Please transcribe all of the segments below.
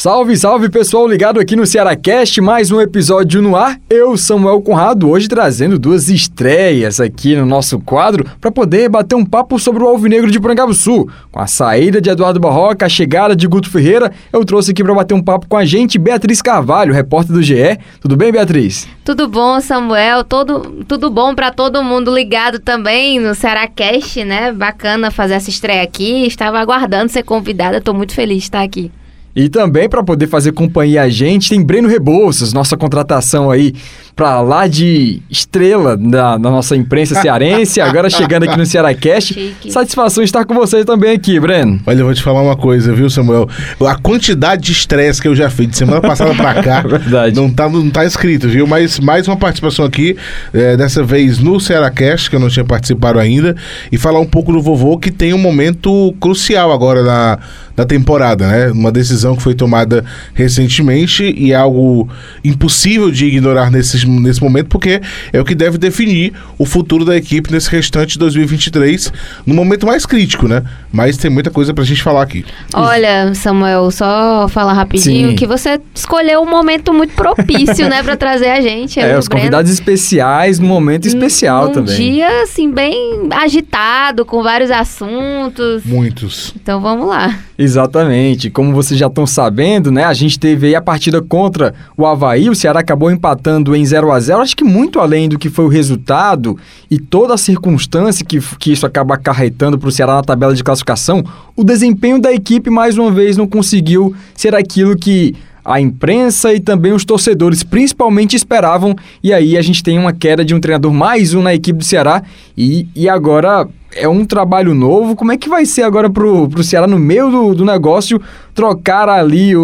Salve, salve pessoal ligado aqui no Cearacast, mais um episódio no ar. Eu, Samuel Conrado, hoje trazendo duas estreias aqui no nosso quadro para poder bater um papo sobre o Alvinegro de Porangabuçu. Com a saída de Eduardo Barroca, a chegada de Guto Ferreira, eu trouxe aqui para bater um papo com a gente Beatriz Carvalho, repórter do GE. Tudo bem, Beatriz? Tudo bom, Samuel? Tudo bom para todo mundo ligado também no Cearacast, né? Bacana fazer essa estreia aqui. Estava aguardando ser convidada, estou muito feliz de estar aqui. E também, para poder fazer companhia a gente, tem Breno Rebouças, nossa contratação aí para lá de estrela da nossa imprensa cearense, agora chegando aqui no Cearacast. Chique. Satisfação estar com vocês também aqui, Breno. Olha, eu vou te falar uma coisa, viu, Samuel? A quantidade de estresse que eu já fiz de semana passada pra cá, Verdade. não tá escrito, viu? Mas mais uma participação aqui, dessa vez no Cearacast, que eu não tinha participado ainda, e falar um pouco do vovô, que tem um momento crucial agora na temporada, né? Uma decisão que foi tomada recentemente e é algo impossível de ignorar nesse momento, porque é o que deve definir o futuro da equipe nesse restante de 2023, no momento mais crítico, né? Mas tem muita coisa pra gente falar aqui. Olha, Samuel, só falar rapidinho Sim. que você escolheu um momento muito propício, né, pra trazer a gente. Os convidados especiais num momento especial também. Um dia, assim, bem agitado, com vários assuntos. Muitos. Então vamos lá. Exatamente. Como vocês já estão sabendo, né? A gente teve aí a partida contra o Avaí, o Ceará acabou empatando em 0-0, acho que muito além do que foi o resultado e toda a circunstância que isso acaba acarretando para o Ceará na tabela de classificação, o desempenho da equipe mais uma vez não conseguiu ser aquilo que a imprensa e também os torcedores principalmente esperavam, e aí a gente tem uma queda de um treinador, mais um na equipe do Ceará, e agora é um trabalho novo. Como é que vai ser agora pro Ceará, no meio do negócio, trocar ali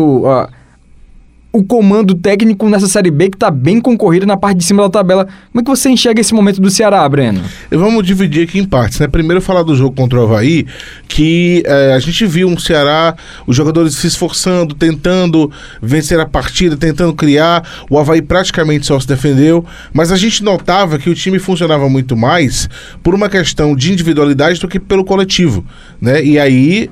o comando técnico nessa Série B que está bem concorrida na parte de cima da tabela? Como é que você enxerga esse momento do Ceará, Breno? Vamos dividir aqui em partes, né? Primeiro falar do jogo contra o Avaí, que a gente viu um Ceará, os jogadores se esforçando, tentando vencer a partida, tentando criar. O Avaí praticamente só se defendeu, mas a gente notava que o time funcionava muito mais por uma questão de individualidade do que pelo coletivo, né? E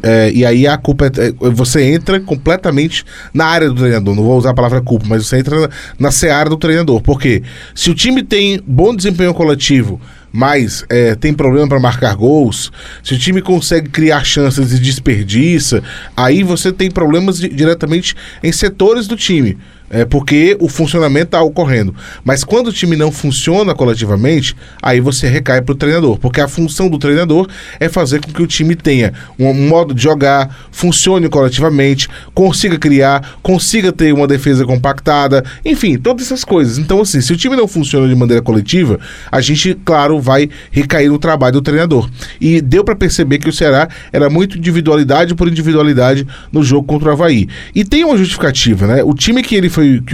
aí a culpa você entra completamente na área do treinador. Não vou usar a palavra culpa, mas você entra na seara do treinador. Porque se o time tem bom desempenho coletivo, mas tem problema para marcar gols, se o time consegue criar chances e desperdiça, aí você tem problemas diretamente em setores do time. Porque o funcionamento está ocorrendo. Mas quando o time não funciona coletivamente, aí você recai para o treinador. Porque a função do treinador é fazer com que o time tenha um modo de jogar, funcione coletivamente, consiga criar, consiga ter uma defesa compactada, enfim, todas essas coisas. Então, assim, se o time não funciona de maneira coletiva, a gente, claro, vai recair no trabalho do treinador. E deu para perceber que o Ceará era muito individualidade por individualidade no jogo contra o Avaí. E tem uma justificativa, né? O time que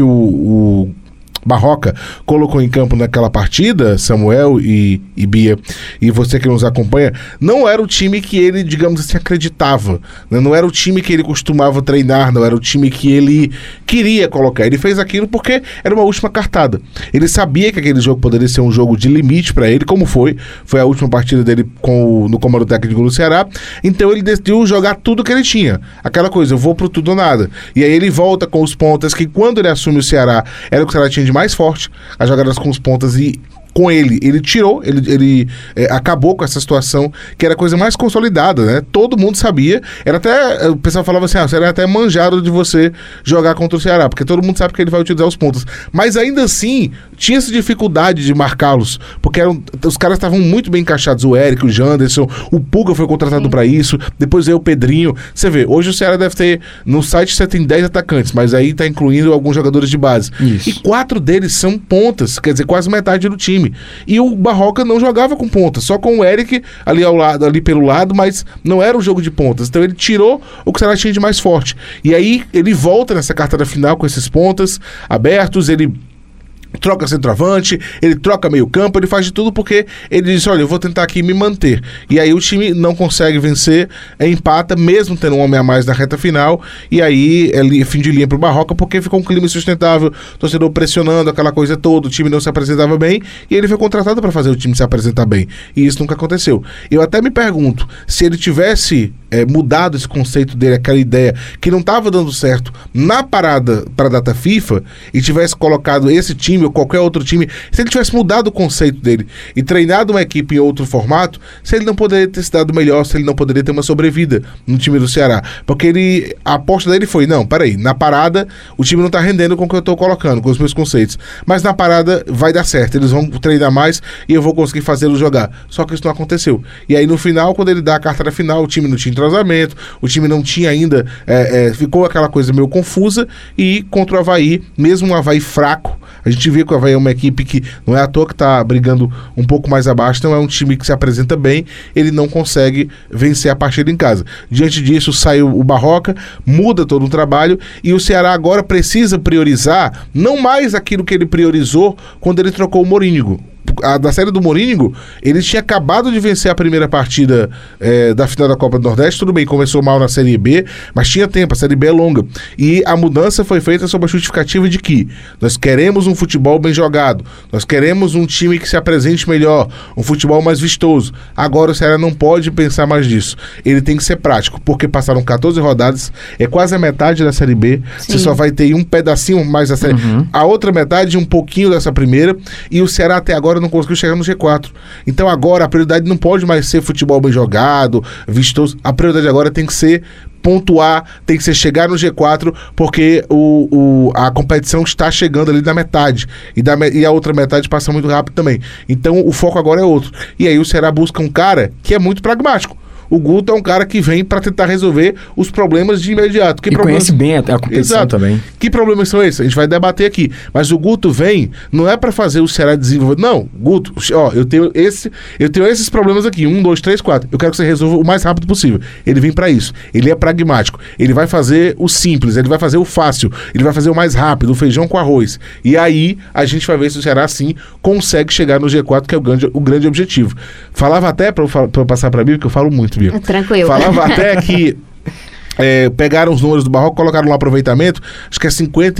o Barroca colocou em campo naquela partida, Samuel e Bia, e você que nos acompanha, não era o time que ele, digamos assim, acreditava, né? Não era o time que ele costumava treinar, não era o time que ele queria colocar. Ele fez aquilo porque era uma última cartada. Ele sabia que aquele jogo poderia ser um jogo de limite para ele, como foi a última partida dele no comando técnico do Ceará. Então ele decidiu jogar tudo que ele tinha. Aquela coisa, eu vou pro tudo ou nada. E aí ele volta com os pontas, que quando ele assume o Ceará, era o que o Ceará tinha de mais forte, as jogadas com os pontas, e com ele tirou, ele acabou com essa situação que era a coisa mais consolidada, né? Todo mundo sabia, era até, o pessoal falava assim, Ceará é até manjado de você jogar contra o Ceará, porque todo mundo sabe que ele vai utilizar os pontos, mas ainda assim, tinha essa dificuldade de marcá-los, porque os caras estavam muito bem encaixados, o Eric, o Janderson, o Puga foi contratado para isso, depois veio o Pedrinho. Você vê, hoje o Ceará deve ter, no site você tem 10 atacantes, mas aí tá incluindo alguns jogadores de base. Isso. E 4 deles são pontas, quer dizer, quase metade do time. E o Barroca não jogava com pontas, só com o Eric ali ao lado, ali pelo lado, mas não era um jogo de pontas. Então ele tirou o que o Ceará tinha de mais forte. E aí ele volta nessa cartada final com esses pontas abertos, ele troca centroavante, ele troca meio campo, ele faz de tudo porque ele diz, olha, eu vou tentar aqui me manter. E aí o time não consegue vencer, empata, mesmo tendo um homem a mais na reta final, e aí é fim de linha pro Barroca, porque ficou um clima insustentável, torcedor pressionando, aquela coisa toda, o time não se apresentava bem, e ele foi contratado para fazer o time se apresentar bem. E isso nunca aconteceu. Eu até me pergunto, se ele tivesse mudado esse conceito dele, aquela ideia que não estava dando certo na parada para a data FIFA, e tivesse colocado esse time ou qualquer outro time, se ele tivesse mudado o conceito dele e treinado uma equipe em outro formato, se ele não poderia ter se dado melhor, se ele não poderia ter uma sobrevida no time do Ceará. Porque a aposta dele foi, não, peraí, na parada o time não tá rendendo com o que eu tô colocando, com os meus conceitos, mas na parada vai dar certo, eles vão treinar mais e eu vou conseguir fazê-los jogar. Só que isso não aconteceu. E aí no final, quando ele dá a carta final, o time não tinha entrosamento, o time não tinha ainda, ficou aquela coisa meio confusa, e contra o Avaí, mesmo um Avaí fraco, a gente vê que o Avaí é uma equipe que não é à toa que está brigando um pouco mais abaixo, não é um time que se apresenta bem, ele não consegue vencer a partida em casa. Diante disso, sai o Barroca, muda todo o trabalho, e o Ceará agora precisa priorizar não mais aquilo que ele priorizou quando ele trocou o Morínigo. Da série do Morínigo, ele tinha acabado de vencer a primeira partida da final da Copa do Nordeste. Tudo bem, começou mal na Série B, mas tinha tempo, a Série B é longa. E a mudança foi feita sob a justificativa de que nós queremos um futebol bem jogado, nós queremos um time que se apresente melhor, um futebol mais vistoso. Agora o Ceará não pode pensar mais nisso. Ele tem que ser prático, porque passaram 14 rodadas, é quase a metade da Série B. Sim. Você só vai ter um pedacinho mais da Série B. A outra metade, um pouquinho dessa primeira, e o Ceará até agora não conseguiu chegar no G4. Então agora a prioridade não pode mais ser futebol bem jogado, vistoso. A prioridade agora tem que ser pontuar, tem que ser chegar no G4, porque a competição está chegando ali na metade, e a outra metade passa muito rápido também. Então o foco agora é outro. E aí o Ceará busca um cara que é muito pragmático. O Guto é um cara que vem para tentar resolver os problemas de imediato. Conhece bem a competição. Exato. Também. Que problemas são esses? A gente vai debater aqui. Mas o Guto vem, não é para fazer o Ceará desenvolver. Não, Guto, ó, eu tenho esses problemas aqui. 1, 2, 3, 4. Eu quero que você resolva o mais rápido possível. Ele vem para isso. Ele é pragmático. Ele vai fazer o simples, ele vai fazer o fácil, ele vai fazer o mais rápido, o feijão com arroz. E aí a gente vai ver se o Ceará, sim, consegue chegar no G4, que é o grande objetivo. Falava até, para eu passar para mim, porque eu falo muito. Tranquilo. Falava até que pegaram os números do Barroca, colocaram um aproveitamento, acho que é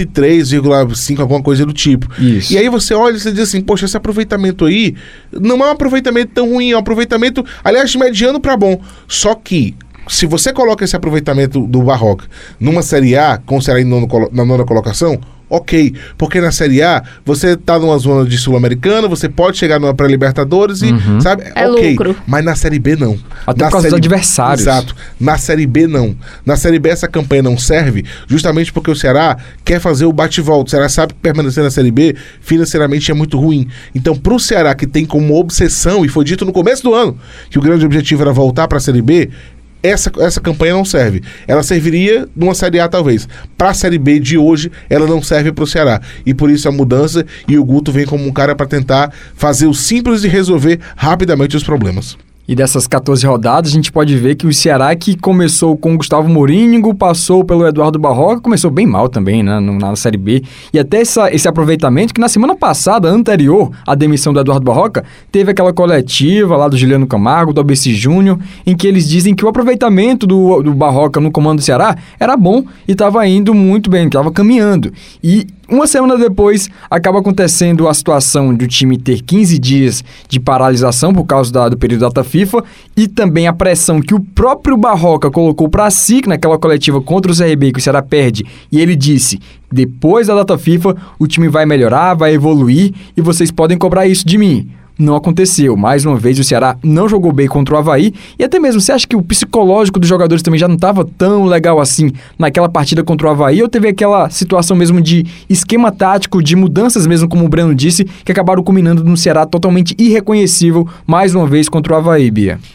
53,5, alguma coisa do tipo. Isso. E aí você olha e você diz assim, poxa, esse aproveitamento aí não é um aproveitamento tão ruim, é um aproveitamento, aliás, mediano para bom. Só que se você coloca esse aproveitamento do Barroca numa Série A, com o Ceará na nona colocação, ok, porque na Série A você tá numa zona de Sul-Americana, você pode chegar numa pré-Libertadores e, sabe, ok, lucro. Mas na Série B não. Até por causa dos adversários. Exato, na Série B não. Na Série B essa campanha não serve justamente porque o Ceará quer fazer o bate-volta. O Ceará sabe que permanecer na Série B financeiramente é muito ruim. Então pro Ceará, que tem como obsessão, e foi dito no começo do ano, que o grande objetivo era voltar pra Série B, essa campanha não serve. Ela serviria numa Série A talvez. Para a Série B de hoje, ela não serve para o Ceará. E por isso a mudança, e o Guto vem como um cara para tentar fazer o simples e resolver rapidamente os problemas. E dessas 14 rodadas, a gente pode ver que o Ceará, que começou com o Gustavo Morínigo, passou pelo Eduardo Barroca, começou bem mal também, né, na Série B. E até esse aproveitamento que na semana passada, anterior à demissão do Eduardo Barroca, teve aquela coletiva lá do Juliano Camargo, do ABC Júnior, em que eles dizem que o aproveitamento do Barroca no comando do Ceará era bom e estava indo muito bem, estava caminhando. E uma semana depois, acaba acontecendo a situação de o time ter 15 dias de paralisação por causa do período da data FIFA, e também a pressão que o próprio Barroca colocou para si naquela coletiva contra o CRB, que o Ceará perde, e ele disse, depois da data FIFA, o time vai melhorar, vai evoluir, e vocês podem cobrar isso de mim. Não aconteceu. Mais uma vez, o Ceará não jogou bem contra o Avaí. E até mesmo, você acha que o psicológico dos jogadores também já não estava tão legal assim naquela partida contra o Avaí? Ou teve aquela situação mesmo de esquema tático, de mudanças mesmo, como o Breno disse, que acabaram culminando num Ceará totalmente irreconhecível, mais uma vez, contra o Avaí, Bia?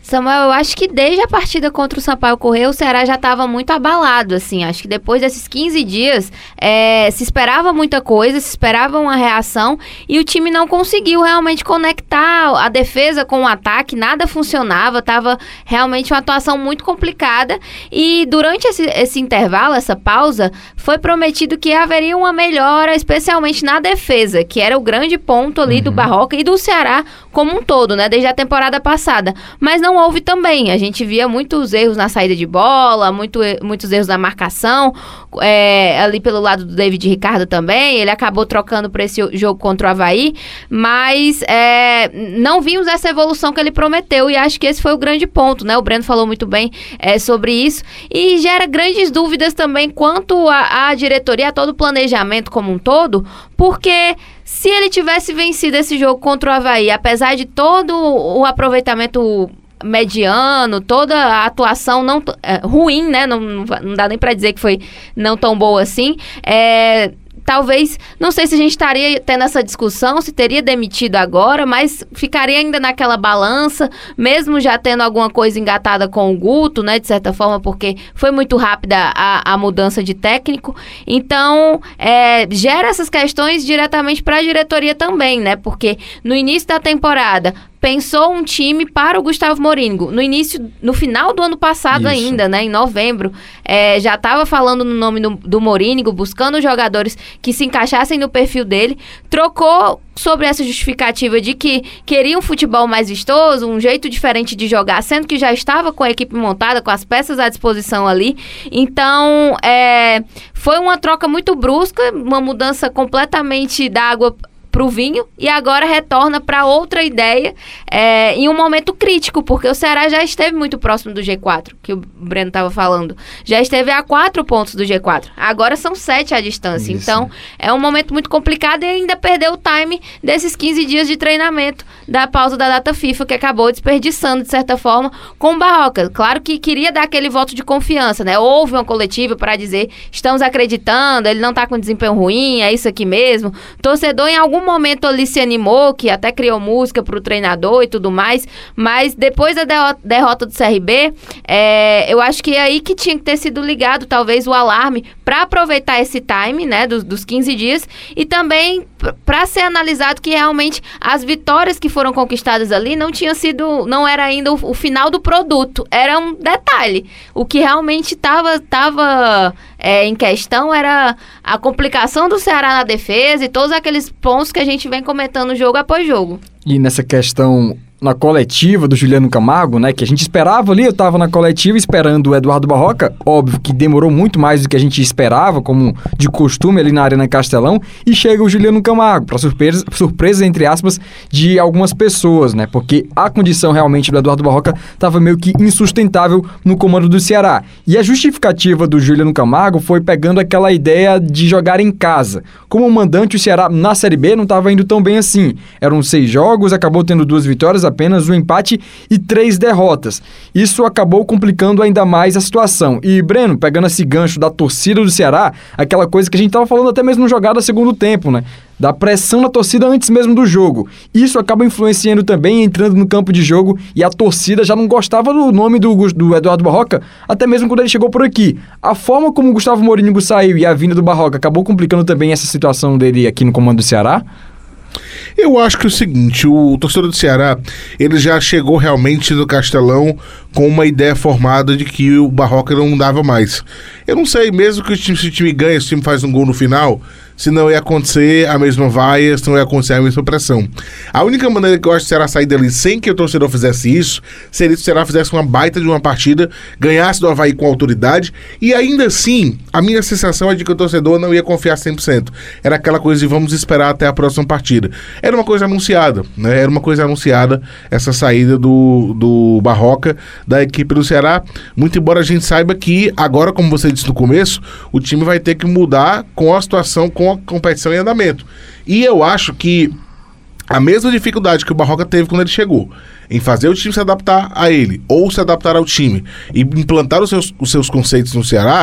Samuel, eu acho que desde a partida contra o Sampaio Corrêa, o Ceará já estava muito abalado, assim. Acho que depois desses 15 dias, se esperava muita coisa, se esperava uma reação, e o time não conseguiu realmente conectar a defesa com o ataque, nada funcionava, estava realmente uma atuação muito complicada, e durante esse intervalo, essa pausa, foi prometido que haveria uma melhora, especialmente na defesa, que era o grande ponto ali do Barroca e do Ceará como um todo, né, desde a temporada passada. Mas não houve também. A gente via muitos erros na saída de bola, muitos erros na marcação, ali pelo lado do David Ricardo também. Ele acabou trocando para esse jogo contra o Avaí, mas não vimos essa evolução que ele prometeu, e acho que esse foi o grande ponto, né? O Breno falou muito bem sobre isso, e gera grandes dúvidas também quanto à diretoria, a todo o planejamento como um todo, porque se ele tivesse vencido esse jogo contra o Avaí, apesar de todo o aproveitamento mediano, toda a atuação não ruim, né? Não dá nem para dizer que foi não tão boa assim. Talvez, não sei se a gente estaria tendo essa discussão, se teria demitido agora, mas ficaria ainda naquela balança, mesmo já tendo alguma coisa engatada com o Guto, né, de certa forma, porque foi muito rápida a mudança de técnico. Então, gera essas questões diretamente para a diretoria também, né, porque no início da temporada pensou um time para o Gustavo Morínigo. No final do ano passado ainda, né, em novembro, já estava falando no nome do Morínigo, buscando jogadores que se encaixassem no perfil dele, trocou sobre essa justificativa de que queria um futebol mais vistoso, um jeito diferente de jogar, sendo que já estava com a equipe montada, com as peças à disposição ali. Então, foi uma troca muito brusca, uma mudança completamente da água pro vinho, e agora retorna para outra ideia em um momento crítico, porque o Ceará já esteve muito próximo do G4, que o Breno estava falando. Já esteve a 4 pontos do G4. Agora são 7 à distância. Isso. Então, é um momento muito complicado, e ainda perdeu o time desses 15 dias de treinamento da pausa da data FIFA, que acabou desperdiçando, de certa forma, com o Barroca. Claro que queria dar aquele voto de confiança, né? Houve uma coletiva para dizer, estamos acreditando, ele não está com desempenho ruim, é isso aqui mesmo. Torcedor, em algum momento ali se animou, que até criou música pro treinador e tudo mais, mas depois da derrota do CRB, eu acho que é aí que tinha que ter sido ligado talvez o alarme para aproveitar esse time, né, dos 15 dias, e também para ser analisado que realmente as vitórias que foram conquistadas ali não era ainda o final do produto, era um detalhe. O que realmente estava em questão era a complicação do Ceará na defesa e todos aqueles pontos que a gente vem comentando jogo após jogo. E nessa questão, na coletiva do Juliano Camargo, né, que a gente esperava ali, eu estava na coletiva esperando o Eduardo Barroca, óbvio que demorou muito mais do que a gente esperava, como de costume ali na Arena Castelão, e chega o Juliano Camargo, para surpresa, entre aspas, de algumas pessoas, né, porque a condição realmente do Eduardo Barroca estava meio que insustentável no comando do Ceará. E a justificativa do Juliano Camargo foi pegando aquela ideia de jogar em casa. Como mandante, o Ceará na Série B não estava indo tão bem assim. Eram 6 jogos, acabou tendo 2 vitórias, apenas um empate e 3 derrotas. Isso acabou complicando ainda mais a situação. E, Breno, pegando esse gancho da torcida do Ceará, aquela coisa que a gente estava falando até mesmo no jogada segundo tempo, né? Da pressão na torcida antes mesmo do jogo. Isso acaba influenciando também, entrando no campo de jogo, e a torcida já não gostava do nome do Eduardo Barroca, até mesmo quando ele chegou por aqui. A forma como o Gustavo Morínigo saiu e a vinda do Barroca acabou complicando também essa situação dele aqui no comando do Ceará? Eu acho que é o seguinte, o torcedor do Ceará, ele já chegou realmente no Castelão com uma ideia formada de que o Barroca não dava mais. Eu não sei, mesmo que se o time ganha, se o time faz um gol no final, se não ia acontecer a mesma vaia, se não ia acontecer a mesma pressão. A única maneira que eu acho que o Ceará sair dali sem que o torcedor fizesse isso, seria se o Ceará fizesse uma baita de uma partida, ganhasse do Avaí com autoridade, e ainda assim, a minha sensação é de que o torcedor não ia confiar 100%. Era aquela coisa de vamos esperar até a próxima partida. Era uma coisa anunciada, né? Era uma coisa anunciada essa saída do Barroca da equipe do Ceará, muito embora a gente saiba que agora, como você disse no começo, o time vai ter que mudar com a situação, com a competição em andamento. E eu acho que a mesma dificuldade que o Barroca teve quando ele chegou, em fazer o time se adaptar a ele, ou se adaptar ao time, e implantar os seus conceitos no Ceará,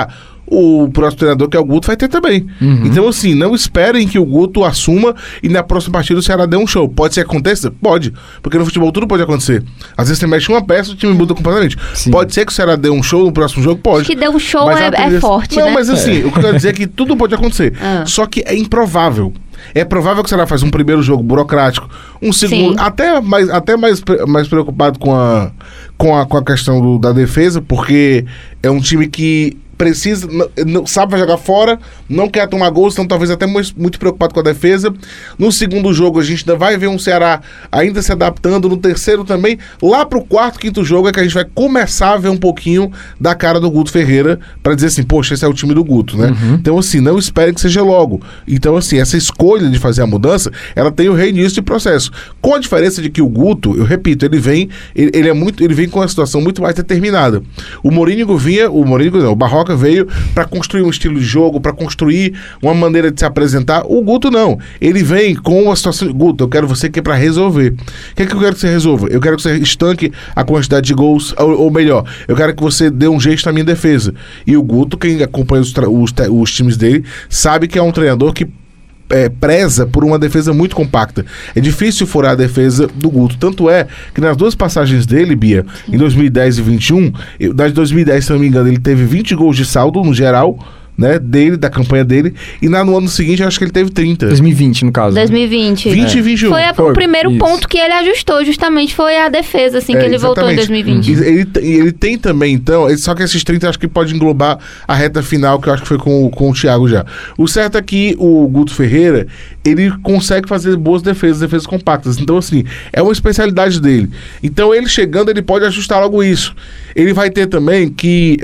o próximo treinador, que é o Guto, vai ter também. Então, assim, não esperem que o Guto assuma e na próxima partida o Ceará dê um show. Pode ser que aconteça? Pode. Porque no futebol tudo pode acontecer. Às vezes você mexe uma peça e o time muda completamente. Sim. Pode ser que o Ceará dê um show no próximo jogo? Pode. Acho que dê um show Mas é forte, não, né? mas assim, o que eu quero dizer é que tudo pode acontecer. Só que é improvável. É provável que o Ceará faz um primeiro jogo burocrático, um segundo, até mais preocupado com a questão da defesa, porque é um time que precisa, não sabe jogar fora, não quer tomar gols, então talvez até muito preocupado com a defesa. No segundo jogo a gente ainda vai ver um Ceará ainda se adaptando, no terceiro também. Lá pro quarto, quinto jogo é que a gente vai começar a ver um pouquinho da cara do Guto Ferreira, pra dizer assim, poxa, esse é o time do Guto, né? Então assim, não esperem que seja logo. Então assim, essa escolha de fazer a mudança, ela tem o reinício de processo, com a diferença de que o Guto, eu repito, ele vem com uma situação muito mais determinada. O Barroca veio para construir um estilo de jogo, para construir uma maneira de se apresentar. O Guto não. Ele vem com uma situação... Guto, eu quero você aqui para resolver. O que é que eu quero que você resolva? Eu quero que você estanque a quantidade de gols, ou melhor, eu quero que você dê um jeito na minha defesa. E o Guto, quem acompanha os times dele, sabe que é um treinador que preza por uma defesa muito compacta. É difícil furar a defesa do Guto. Tanto é que nas duas passagens dele, Bia, em 2010 e 21, das 2010, se não me engano, ele teve 20 gols de saldo no geral, né, da campanha dele, e no ano seguinte eu acho que ele teve 30. 2020, no caso. 2020. 20 e 21. Foi o primeiro ponto que ele ajustou, justamente foi a defesa, assim, que ele voltou em 2020. Ele tem também, então, só que esses 30 eu acho que pode englobar a reta final, que eu acho que foi com o Thiago já. O certo é que o Guto Ferreira, ele consegue fazer boas defesas compactas. Então, assim, é uma especialidade dele. Então, ele chegando, ele pode ajustar logo isso. Ele vai ter também que...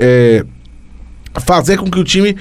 fazer com que o time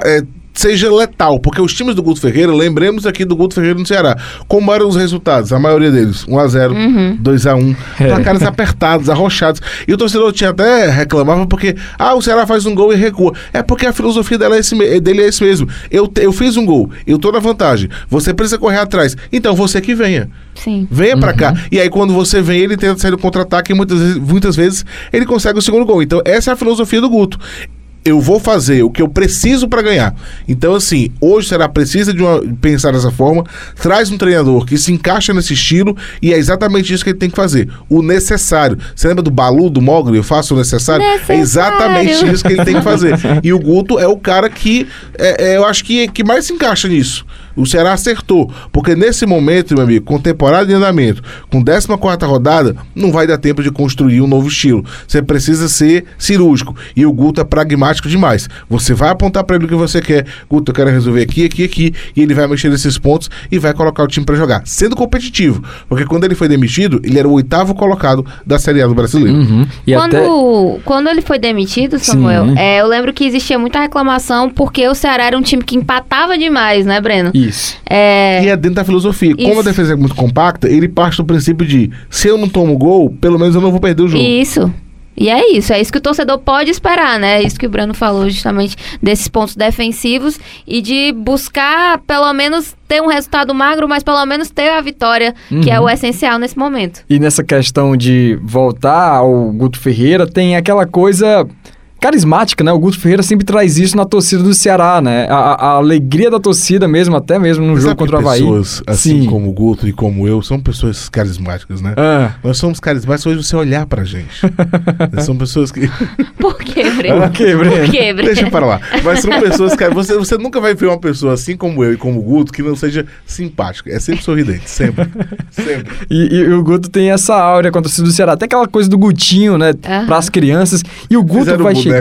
seja letal, porque os times do Guto Ferreira, lembremos aqui do Guto Ferreira no Ceará, como eram os resultados, a maioria deles, 1-0, 2-1, placares apertados, arrochados, e o torcedor até reclamava porque, o Ceará faz um gol e recua, é porque a filosofia dele é esse mesmo, eu fiz um gol, eu tô na vantagem, você precisa correr atrás, então você que venha. Sim. Venha pra cá. E aí quando você vem, ele tenta sair do contra-ataque e muitas vezes ele consegue o segundo gol. Então essa é a filosofia do Guto. Eu vou fazer o que eu preciso para ganhar. Então, assim, hoje o Ceará precisa pensar dessa forma, traz um treinador que se encaixa nesse estilo e é exatamente isso que ele tem que fazer. O necessário. Você lembra do Balu, do Mogli? Eu faço o necessário? É exatamente isso que ele tem que fazer. E o Guto é o cara que eu acho que mais se encaixa nisso. O Ceará acertou, porque nesse momento, meu amigo, com temporada em andamento, com 14ª rodada, não vai dar tempo de construir um novo estilo. Você precisa ser cirúrgico. E o Guto é pragmático demais. Você vai apontar para ele o que você quer. Guto, eu quero resolver aqui, e ele vai mexer nesses pontos e vai colocar o time para jogar, sendo competitivo. Porque quando ele foi demitido, ele era o 8º colocado da Série A do Brasileiro. E quando ele foi demitido, Samuel, eu lembro que existia muita reclamação porque o Ceará era um time que empatava demais, né, Breno? Isso. E é dentro da filosofia. Isso. Como a defesa é muito compacta, ele parte do princípio de, se eu não tomo gol, pelo menos eu não vou perder o jogo. Isso. E é isso que o torcedor pode esperar, né? É isso que o Breno falou justamente desses pontos defensivos e de buscar, pelo menos, ter um resultado magro, mas pelo menos ter a vitória, que é o essencial nesse momento. E nessa questão de voltar ao Guto Ferreira, tem aquela coisa carismática, né? O Guto Ferreira sempre traz isso na torcida do Ceará, né? A alegria da torcida mesmo, até mesmo no jogo contra o Avaí. Pessoas assim como o Guto e como eu, são pessoas carismáticas, né? Nós somos carismáticos hoje você olhar pra gente. São pessoas que... Por que, Breno? Por que, Breno? Deixa para lá. Mas são pessoas que... Você nunca vai ver uma pessoa assim como eu e como o Guto que não seja simpática. É sempre sorridente, sempre. Sempre. E o Guto tem essa áurea com a torcida do Ceará. Até aquela coisa do Gutinho, né? Pras crianças. E o Guto vai chegar...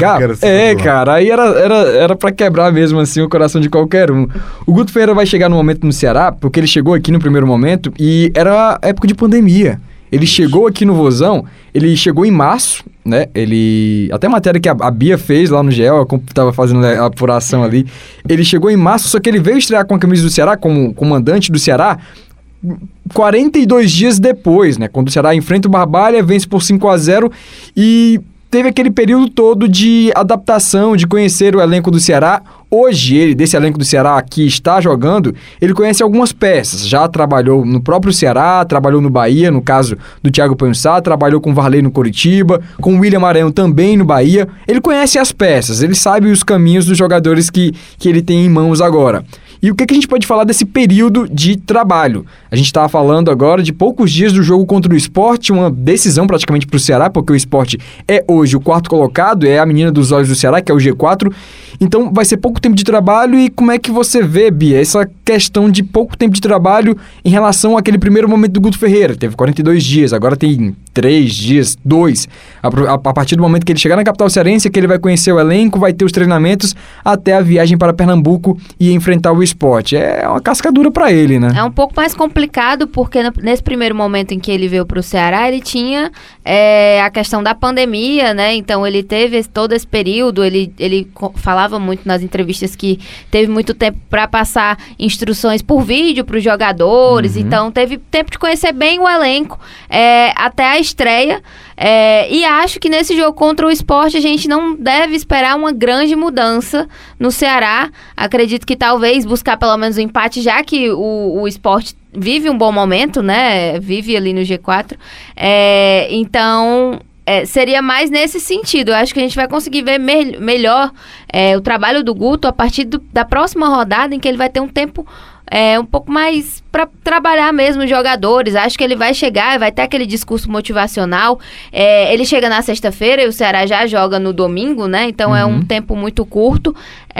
cara, aí era pra quebrar mesmo, assim, o coração de qualquer um. O Guto Ferreira vai chegar no momento no Ceará, porque ele chegou aqui no primeiro momento e era época de pandemia. Ele chegou aqui no Vozão, ele chegou em março, né? Até matéria que a Bia fez lá no GEL, tava fazendo a apuração ali. Ele chegou em março, só que ele veio estrear com a camisa do Ceará, como comandante do Ceará, 42 dias depois, né? Quando o Ceará enfrenta o Barbalha, vence por 5-0 e teve aquele período todo de adaptação, de conhecer o elenco do Ceará. Hoje, desse elenco do Ceará que está jogando, ele conhece algumas peças. Já trabalhou no próprio Ceará, trabalhou no Bahia, no caso do Thiago Panhussá, trabalhou com o Varley no Coritiba, com o William Maranhão também no Bahia. Ele conhece as peças, ele sabe os caminhos dos jogadores que ele tem em mãos agora. E o que a gente pode falar desse período de trabalho? A gente estava falando agora de poucos dias do jogo contra o Sport, uma decisão praticamente para o Ceará, porque o Sport é hoje o quarto colocado, é a menina dos olhos do Ceará, que é o G4. Então vai ser pouco tempo de trabalho. E como é que você vê, Bia, essa questão de pouco tempo de trabalho em relação àquele primeiro momento do Guto Ferreira? Teve 42 dias, agora tem 3 dias, 2. A partir do momento que ele chegar na capital cearense, que ele vai conhecer o elenco, vai ter os treinamentos, até a viagem para Pernambuco e enfrentar o Sport. É uma cascadura para ele, né? É um pouco mais complicado, porque nesse primeiro momento em que ele veio para o Ceará, ele tinha a questão da pandemia, né? Então ele teve todo esse período, ele falava muito nas entrevistas que teve muito tempo para passar instruções por vídeo para os jogadores, então teve tempo de conhecer bem o elenco até a estreia. E acho que nesse jogo contra o Sport a gente não deve esperar uma grande mudança no Ceará. Acredito que talvez buscar pelo menos um empate, já que o Sport vive um bom momento, né? Vive ali no G4. Então, seria mais nesse sentido. Eu acho que a gente vai conseguir ver melhor o trabalho do Guto a partir da próxima rodada, em que ele vai ter um tempo um pouco mais para trabalhar mesmo os jogadores. Acho que ele vai chegar, vai ter aquele discurso motivacional. Ele chega na sexta-feira e o Ceará já joga no domingo, né? Então é um tempo muito curto.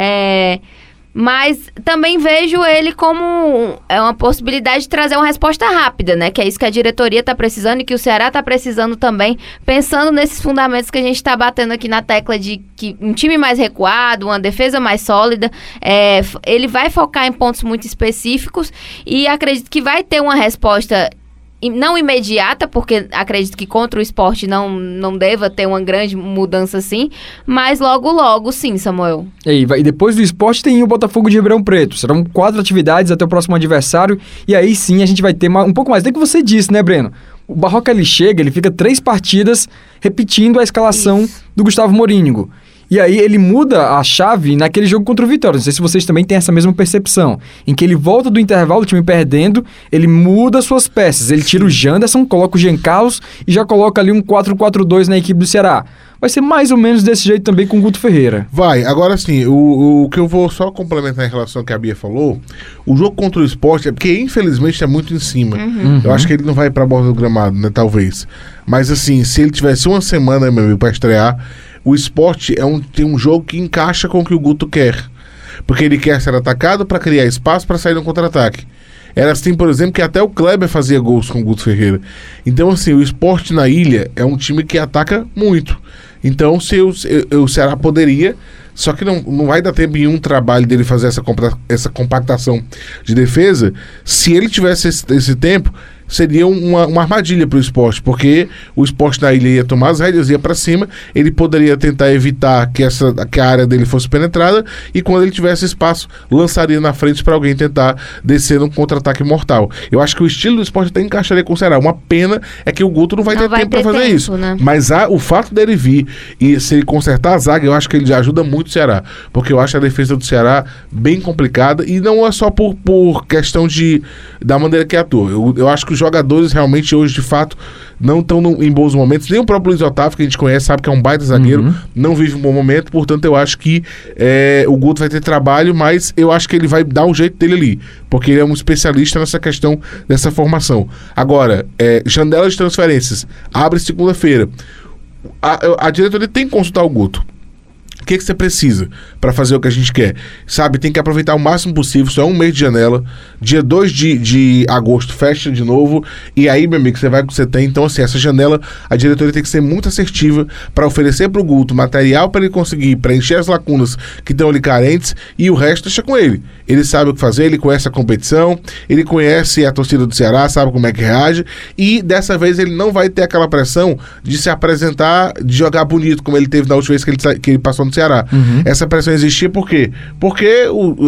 Mas também vejo ele como uma possibilidade de trazer uma resposta rápida, né? Que é isso que a diretoria está precisando e que o Ceará está precisando também, pensando nesses fundamentos que a gente está batendo aqui na tecla de que um time mais recuado, uma defesa mais sólida, ele vai focar em pontos muito específicos e acredito que vai ter uma resposta não imediata, porque acredito que contra o Sport não deva ter uma grande mudança assim, mas logo sim, Samuel. E depois do Sport tem o Botafogo de Ribeirão Preto. Serão 4 atividades até o próximo adversário, e aí sim a gente vai ter um pouco mais do que você disse, né, Breno? O Barroca, ele fica 3 partidas repetindo a escalação do Gustavo Morínigo. E aí ele muda a chave naquele jogo contra o Vitória. Não sei se vocês também têm essa mesma percepção. Em que ele volta do intervalo, o time perdendo, ele muda suas peças. Ele tira o Janderson, coloca o Jean Carlos e já coloca ali um 4-4-2 na equipe do Ceará. Vai ser mais ou menos desse jeito também com o Guto Ferreira. Vai. Agora sim, o que eu vou só complementar em relação ao que a Bia falou, o jogo contra o Sport porque infelizmente é muito em cima. Eu acho que ele não vai pra borda do gramado, né? Talvez. Mas assim, se ele tivesse uma semana, meu amigo, pra estrear, o Sport tem um jogo que encaixa com o que o Guto quer. Porque ele quer ser atacado para criar espaço para sair no contra-ataque. Era assim, por exemplo, que até o Kleber fazia gols com o Guto Ferreira. Então, assim, o Sport na ilha é um time que ataca muito. Então, o Ceará poderia, só que não vai dar tempo em um trabalho dele fazer essa compactação de defesa. Se ele tivesse esse tempo, seria uma armadilha para o Sport, porque o Sport na ilha ia tomar as rédeas, ia para cima, ele poderia tentar evitar que a área dele fosse penetrada, e quando ele tivesse espaço, lançaria na frente para alguém tentar descer num contra-ataque mortal. Eu acho que o estilo do Sport até encaixaria com o Ceará. Uma pena é que o Guto não vai ter tempo para fazer isso, né? Mas o fato dele vir e se ele consertar a zaga, eu acho que ele já ajuda muito o Ceará, porque eu acho a defesa do Ceará bem complicada, e não é só por questão da maneira que atua. Eu acho que os jogadores realmente hoje, de fato, não estão em bons momentos. Nem o próprio Luiz Otávio, que a gente conhece, sabe que é um baita zagueiro, não vive um bom momento. Portanto, eu acho que o Guto vai ter trabalho, mas eu acho que ele vai dar o jeito dele ali, porque ele é um especialista nessa questão dessa formação. Agora, janela de transferências abre segunda-feira. A diretoria tem que consultar o Guto. O que você precisa para fazer o que a gente quer? Sabe, tem que aproveitar o máximo possível. Só é um mês de janela. Dia 2 de agosto fecha de novo. E aí, meu amigo, você vai com o que você tem. Então, assim, essa janela, a diretoria tem que ser muito assertiva para oferecer para o Guto material para ele conseguir preencher as lacunas que estão ali carentes, e o resto deixa com ele. Ele sabe o que fazer, ele conhece a competição, ele conhece a torcida do Ceará, sabe como é que reage, e dessa vez ele não vai ter aquela pressão de se apresentar, de jogar bonito, como ele teve na última vez que ele passou no Ceará. Essa pressão existia por quê? Porque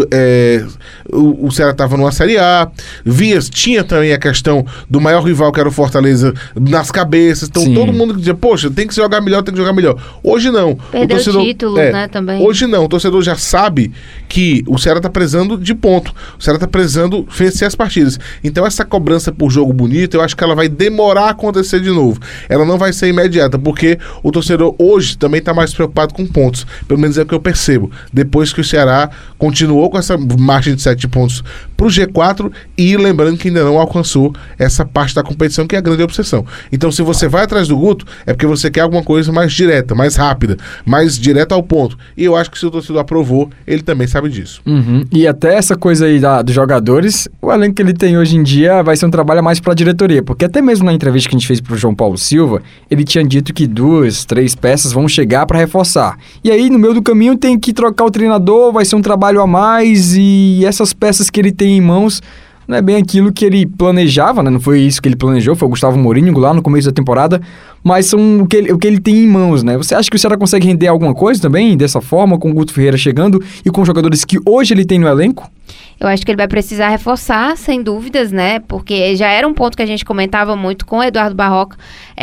o Ceará estava numa Série A, tinha também a questão do maior rival, que era o Fortaleza, nas cabeças. Então todo mundo dizia, poxa, tem que jogar melhor, tem que jogar melhor. Hoje não. Perdeu o título, né, também. Hoje não. O torcedor já sabe que o Ceará está precisando de ponto. O Ceará está precisando vencer as partidas. Então essa cobrança por jogo bonito, eu acho que ela vai demorar a acontecer de novo. Ela não vai ser imediata, porque o torcedor hoje também está mais preocupado com pontos. Pelo menos é o que eu percebo. Depois que o Ceará continuou com essa margem de 7 pontos para o G4, e lembrando que ainda não alcançou essa parte da competição, que é a grande obsessão. Então, se você vai atrás do Guto, é porque você quer alguma coisa mais direta, mais rápida, mais direta ao ponto. E eu acho que se o torcedor aprovou, ele também sabe disso. E até essa coisa aí dos jogadores, o elenco que ele tem hoje em dia vai ser um trabalho mais para a diretoria, porque até mesmo na entrevista que a gente fez para o João Paulo Silva, ele tinha dito que 2, 3 peças vão chegar para reforçar. E aí, no meio do caminho, tem que trocar o treinador, vai ser um trabalho a mais, e essas peças que ele tem em mãos não é bem aquilo que ele planejava, né? Não foi isso que ele planejou, foi o Gustavo Mourinho lá no começo da temporada, mas são o que ele tem em mãos, né? Você acha que o Ceará consegue render alguma coisa também dessa forma, com o Guto Ferreira chegando e com os jogadores que hoje ele tem no elenco? Eu acho que ele vai precisar reforçar, sem dúvidas, né? Porque já era um ponto que a gente comentava muito com o Eduardo Barroca,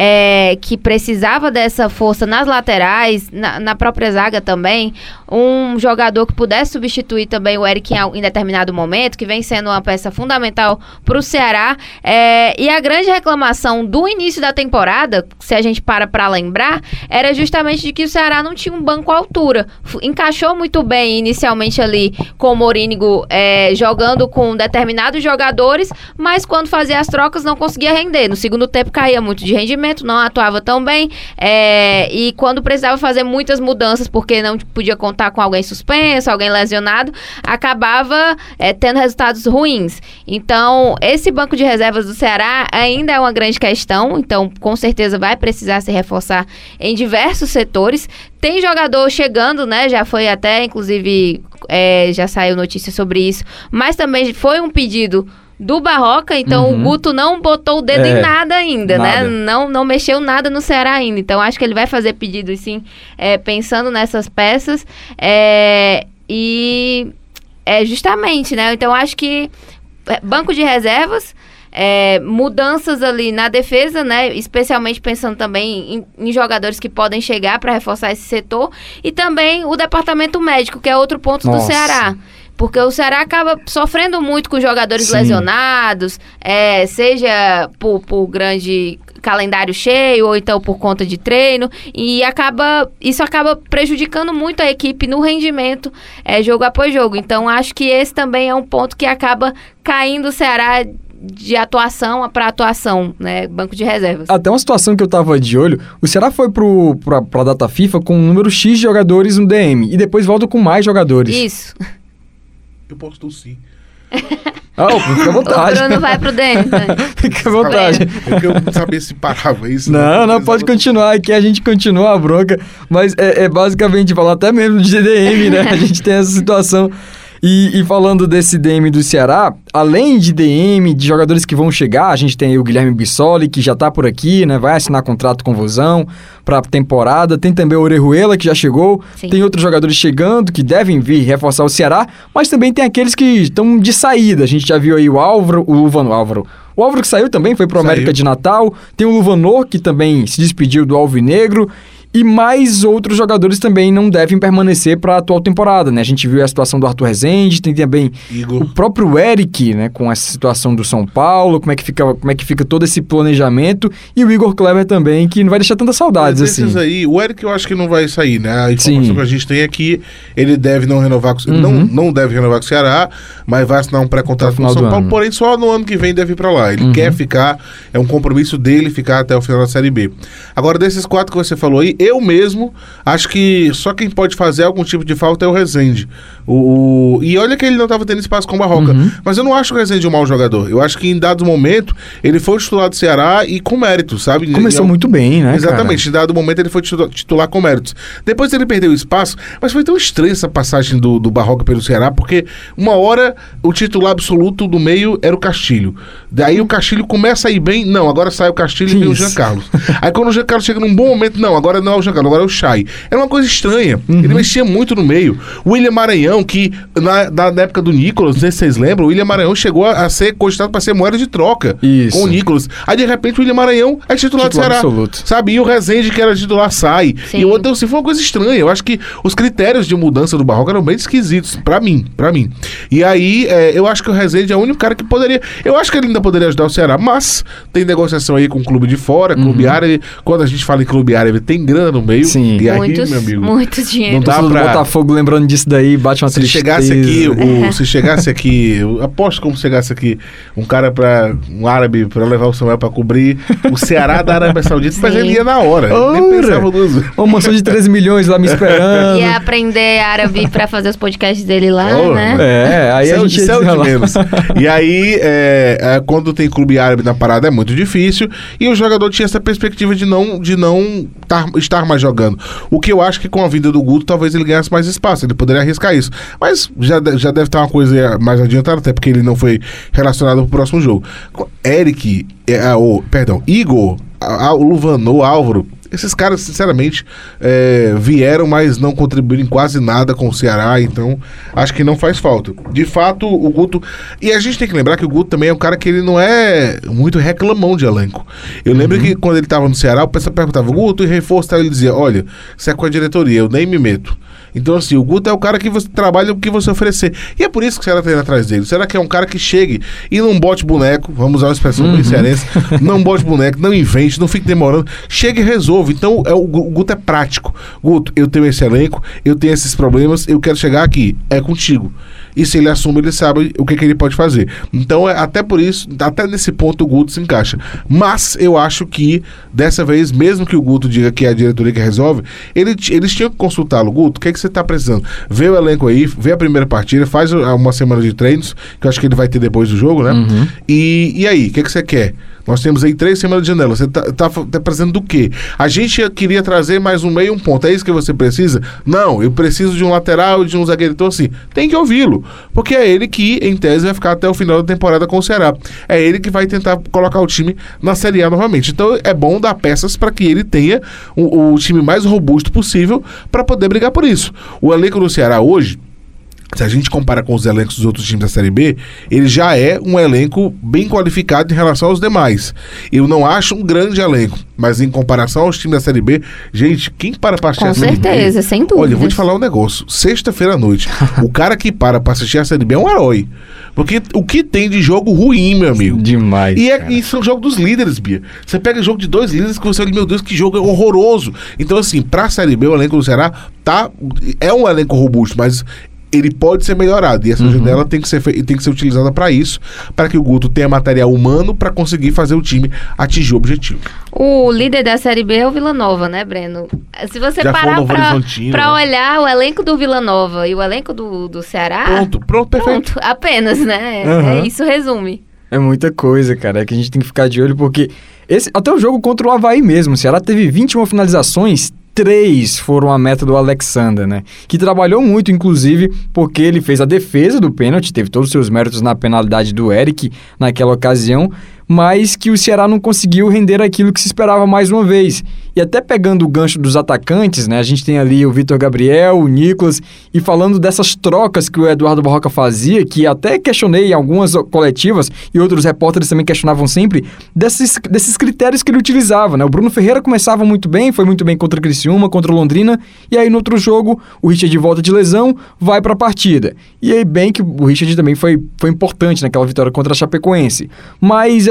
que precisava dessa força nas laterais, na própria zaga também. Um jogador que pudesse substituir também o Eric em determinado momento, que vem sendo uma peça fundamental para o Ceará. E a grande reclamação do início da temporada, se a gente para lembrar, era justamente de que o Ceará não tinha um banco à altura. Encaixou muito bem inicialmente ali com o Morínigo, jogando com determinados jogadores, mas quando fazia as trocas não conseguia render. No segundo tempo caía muito de rendimento, não atuava tão bem, e quando precisava fazer muitas mudanças, porque não podia contar com alguém suspenso, alguém lesionado, acabava tendo resultados ruins. Então, esse banco de reservas do Ceará ainda é uma grande questão, então com certeza vai precisar se reforçar em diversos setores. Tem jogador chegando, né? Já foi até, inclusive, já saiu notícia sobre isso, mas também foi um pedido do Barroca, então o Guto não botou o dedo em nada ainda, né? Não mexeu nada no Ceará ainda. Então acho que ele vai fazer pedido, sim, pensando nessas peças. E justamente, né? Então acho que banco de reservas, mudanças ali na defesa, né? Especialmente pensando também em jogadores que podem chegar para reforçar esse setor, e também o departamento médico, que é outro ponto do Ceará. Porque o Ceará acaba sofrendo muito com jogadores lesionados, seja por grande calendário cheio, ou então por conta de treino, e isso acaba prejudicando muito a equipe no rendimento, jogo após jogo. Então, acho que esse também é um ponto que acaba caindo o Ceará de atuação para atuação, né? Banco de reservas. Até uma situação que eu tava de olho, o Ceará foi pra data FIFA com um número X de jogadores no DM, e depois volta com mais jogadores. Isso. Eu posso tossir. Fica à vontade. O Bruno vai pro DM, né? Fica à vontade. É porque eu não sabia se parava isso. Não, pode continuar. Aqui a gente continua a bronca. Mas basicamente falar até mesmo de DM, né? A gente tem essa situação. E falando desse DM do Ceará, além de DM, de jogadores que vão chegar, a gente tem aí o Guilherme Bissoli, que já tá por aqui, né? Vai assinar contrato com Vozão pra temporada. Tem também o Orejuela, que já chegou. Sim. Tem outros jogadores chegando, que devem vir reforçar o Ceará. Mas também tem aqueles que estão de saída. A gente já viu aí o Álvaro. O Álvaro que saiu também, foi pro América de Natal. Tem o Luvanor, que também se despediu do Alvinegro. E mais outros jogadores também não devem permanecer para a atual temporada, né? A gente viu a situação do Arthur Rezende, tem também Igor. O próprio Eric, né? Com essa situação do São Paulo, como é que fica todo esse planejamento. E o Igor Kleber também, que não vai deixar tantas saudades, assim. Aí, o Eric eu acho que não vai sair, né? A informação que a gente tem é que ele deve não renovar com não deve renovar com o Ceará, mas vai assinar um pré-contrato com o São Paulo, porém só no ano que vem deve ir para lá. Ele quer ficar, é um compromisso dele ficar até o final da Série B. Agora, desses 4 que você falou aí, eu mesmo acho que só quem pode fazer algum tipo de falta é o Rezende, E olha que ele não estava tendo espaço com o Barroca. Mas eu não acho o Rezende um mau jogador. Eu acho que em dado momento ele foi titular do Ceará e com mérito, sabe? Começou muito bem, né? Exatamente. Cara? Em dado momento ele foi titular com méritos. Depois ele perdeu espaço, mas foi tão estranha essa passagem do Barroca pelo Ceará, porque uma hora o titular absoluto do meio era o Castilho. Daí o Castilho começa a ir bem, não, agora sai o Castilho e vem o Jean Carlos. Aí quando o Jean Carlos chega num bom momento, não, agora não é o Jean Carlos, agora é o Chay. Era uma coisa estranha. Ele mexia muito no meio. O William Maranhão, que na época do Nicolas, não sei se vocês lembram, o William Maranhão chegou a ser cogitado para ser moeda de troca com o Nicolas. Aí de repente o William Maranhão é titular do Ceará. Absoluto. Sabe? E o Rezende, que era titular, sai. Sim. E o outro, assim, foi uma coisa estranha. Eu acho que os critérios de mudança do Barroca eram bem esquisitos, pra mim. E aí, eu acho que o Rezende é o único cara que poderia... Eu acho que ele ainda poderia ajudar o Ceará, mas tem negociação aí com o clube de fora, clube árabe. Quando a gente fala em clube árabe, tem grana no meio. Sim. E aí, meu amigo... Muitos dinheiro. Não dá pra... Botafogo lembrando disso daí, bate uma tristeza. Se chegasse aqui, eu aposto como chegasse aqui um árabe pra levar o Samuel pra cobrir o Ceará da Arábia Saudita, mas ele ia na hora. Nem pensava duas vezes. Uma mansão de 13 milhões lá me esperando. Ia aprender árabe pra fazer os podcasts dele lá, né? Aí a gente ia de menos. E aí, quando tem clube árabe na parada, é muito difícil. E o jogador tinha essa perspectiva de não estar mais jogando. O que eu acho que com a vinda do Guto, talvez ele ganhasse mais espaço. Ele poderia arriscar isso. Mas já deve estar uma coisa mais adiantada, até porque ele não foi relacionado pro próximo jogo. Igor, o Luvanor, Álvaro, esses caras, sinceramente, vieram, mas não contribuíram em quase nada com o Ceará, então acho que não faz falta. De fato, o Guto... E a gente tem que lembrar que o Guto também é um cara que ele não é muito reclamão de elenco. Eu lembro que quando ele estava no Ceará, o pessoal perguntava, Guto, e reforço, ele dizia, olha, isso é com a diretoria, eu nem me meto. Então, assim, o Guto é o cara que você trabalha o que você oferecer. E é por isso que o Ceará tá indo atrás dele. Será que é um cara que chegue e não bote boneco, vamos usar uma expressão bem cearense, não bote boneco, não invente, não fique demorando, chegue e resolve. Então, o Guto é prático. Guto, eu tenho esse elenco, eu tenho esses problemas, eu quero chegar aqui, é contigo. E se ele assume, ele sabe o que ele pode fazer. Então, até por isso, até nesse ponto o Guto se encaixa. Mas eu acho que, dessa vez, mesmo que o Guto diga que é a diretoria que resolve, eles tinham que consultá-lo. Guto, o que você está precisando? Vê o elenco aí, vê a primeira partida, faz uma semana de treinos, que eu acho que ele vai ter depois do jogo, né? E aí, o que você quer? Nós temos aí 3 semanas de janela. Você tá precisando do quê? A gente queria trazer mais um meio, um ponto. É isso que você precisa? Não, eu preciso de um lateral, de um zagueiro. Então, assim, tem que ouvi-lo. Porque é ele que, em tese, vai ficar até o final da temporada com o Ceará. É ele que vai tentar colocar o time na Série A novamente. Então, é bom dar peças para que ele tenha o time mais robusto possível para poder brigar por isso. O elenco do Ceará hoje, se a gente compara com os elencos dos outros times da Série B, ele já é um elenco bem qualificado em relação aos demais. Eu não acho um grande elenco, mas em comparação aos times da Série B, gente, quem para assistir a Série B... Com certeza, sem dúvida. Olha, eu vou te falar um negócio. Sexta-feira à noite, o cara que para assistir a Série B é um herói. Porque o que tem de jogo ruim, meu amigo? Demais. E são jogos dos líderes, Bia. Você pega jogo de 2 líderes que você olha, meu Deus, que jogo horroroso. Então, assim, pra Série B, o elenco do Ceará é um elenco robusto, mas ele pode ser melhorado, e essa janela tem que ser utilizada para isso, para que o Guto tenha material humano para conseguir fazer o time atingir o objetivo. O líder da Série B é o Vila Nova, né, Breno? Se você já parar para olhar o elenco do Vila Nova e o elenco do Ceará... Pronto, perfeito. Pronto, apenas, né? Isso resume. É muita coisa, cara, é que a gente tem que ficar de olho, porque até o jogo contra o Avaí mesmo, o Ceará teve 21 finalizações, 3 foram a meta do Alexander, né? Que trabalhou muito, inclusive, porque ele fez a defesa do pênalti, teve todos os seus méritos na penalidade do Eric naquela ocasião, mas que o Ceará não conseguiu render aquilo que se esperava mais uma vez. E até pegando o gancho dos atacantes, né? A gente tem ali o Vitor Gabriel, o Nicolas, e falando dessas trocas que o Eduardo Barroca fazia, que até questionei em algumas coletivas, e outros repórteres também questionavam sempre, desses critérios que ele utilizava, né? O Bruno Ferreira começava muito bem, foi muito bem contra o Criciúma, contra o Londrina, e aí no outro jogo, o Richard volta de lesão, vai para a partida. E aí bem que o Richard também foi importante naquela vitória contra a Chapecoense. Mas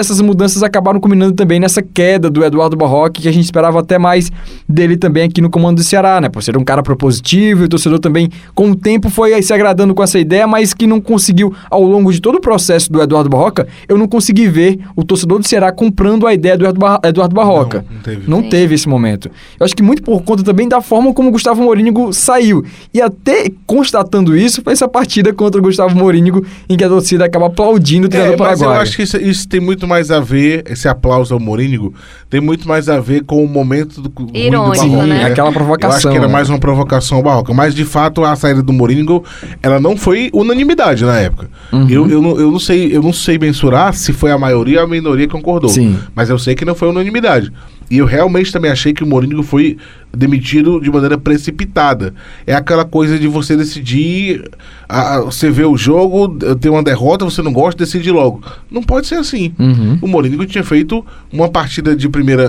essas mudanças acabaram culminando também nessa queda do Eduardo Barroca, que a gente esperava até mais dele também aqui no comando do Ceará, né? Por ser um cara propositivo, e o torcedor também, com o tempo, foi aí se agradando com essa ideia, mas que não conseguiu, ao longo de todo o processo do Eduardo Barroca, eu não consegui ver o torcedor do Ceará comprando a ideia do Eduardo Barroca. Não teve esse momento. Eu acho que muito por conta também da forma como o Gustavo Morínigo saiu. E até constatando isso, foi essa partida contra o Gustavo Morínigo, em que a torcida acaba aplaudindo o treinador paraguaio. Mas eu acho que isso tem muito mais a ver, esse aplauso ao Morínigo, tem muito mais a ver com o momento do irônico, do Barroca, né? Aquela provocação. Eu acho que era mais uma provocação ao Barroca. Mas, de fato, a saída do Morínigo, ela não foi unanimidade na época. Eu não sei mensurar se foi a maioria ou a minoria que concordou. Sim. Mas eu sei que não foi unanimidade. E eu realmente também achei que o Morínigo foi demitido de maneira precipitada. É aquela coisa de você decidir, você vê o jogo, tem uma derrota, você não gosta, decide logo. Não pode ser assim. O Morínigo tinha feito uma partida de primeira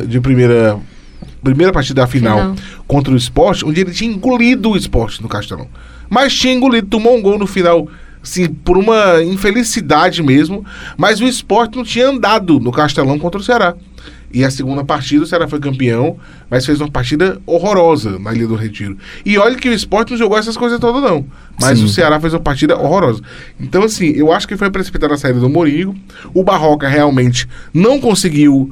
partida da final contra o Sport, onde ele tinha engolido o Sport no Castelão. Mas tinha engolido, tomou um gol no final, assim, por uma infelicidade mesmo, mas o Sport não tinha andado no Castelão contra o Ceará. E a segunda partida, o Ceará foi campeão, mas fez uma partida horrorosa na Ilha do Retiro. E olha que o Sport não jogou essas coisas todas, não. Mas o Ceará fez uma partida horrorosa. Então, assim, eu acho que foi precipitada a saída do Morínigo. O Barroca realmente não conseguiu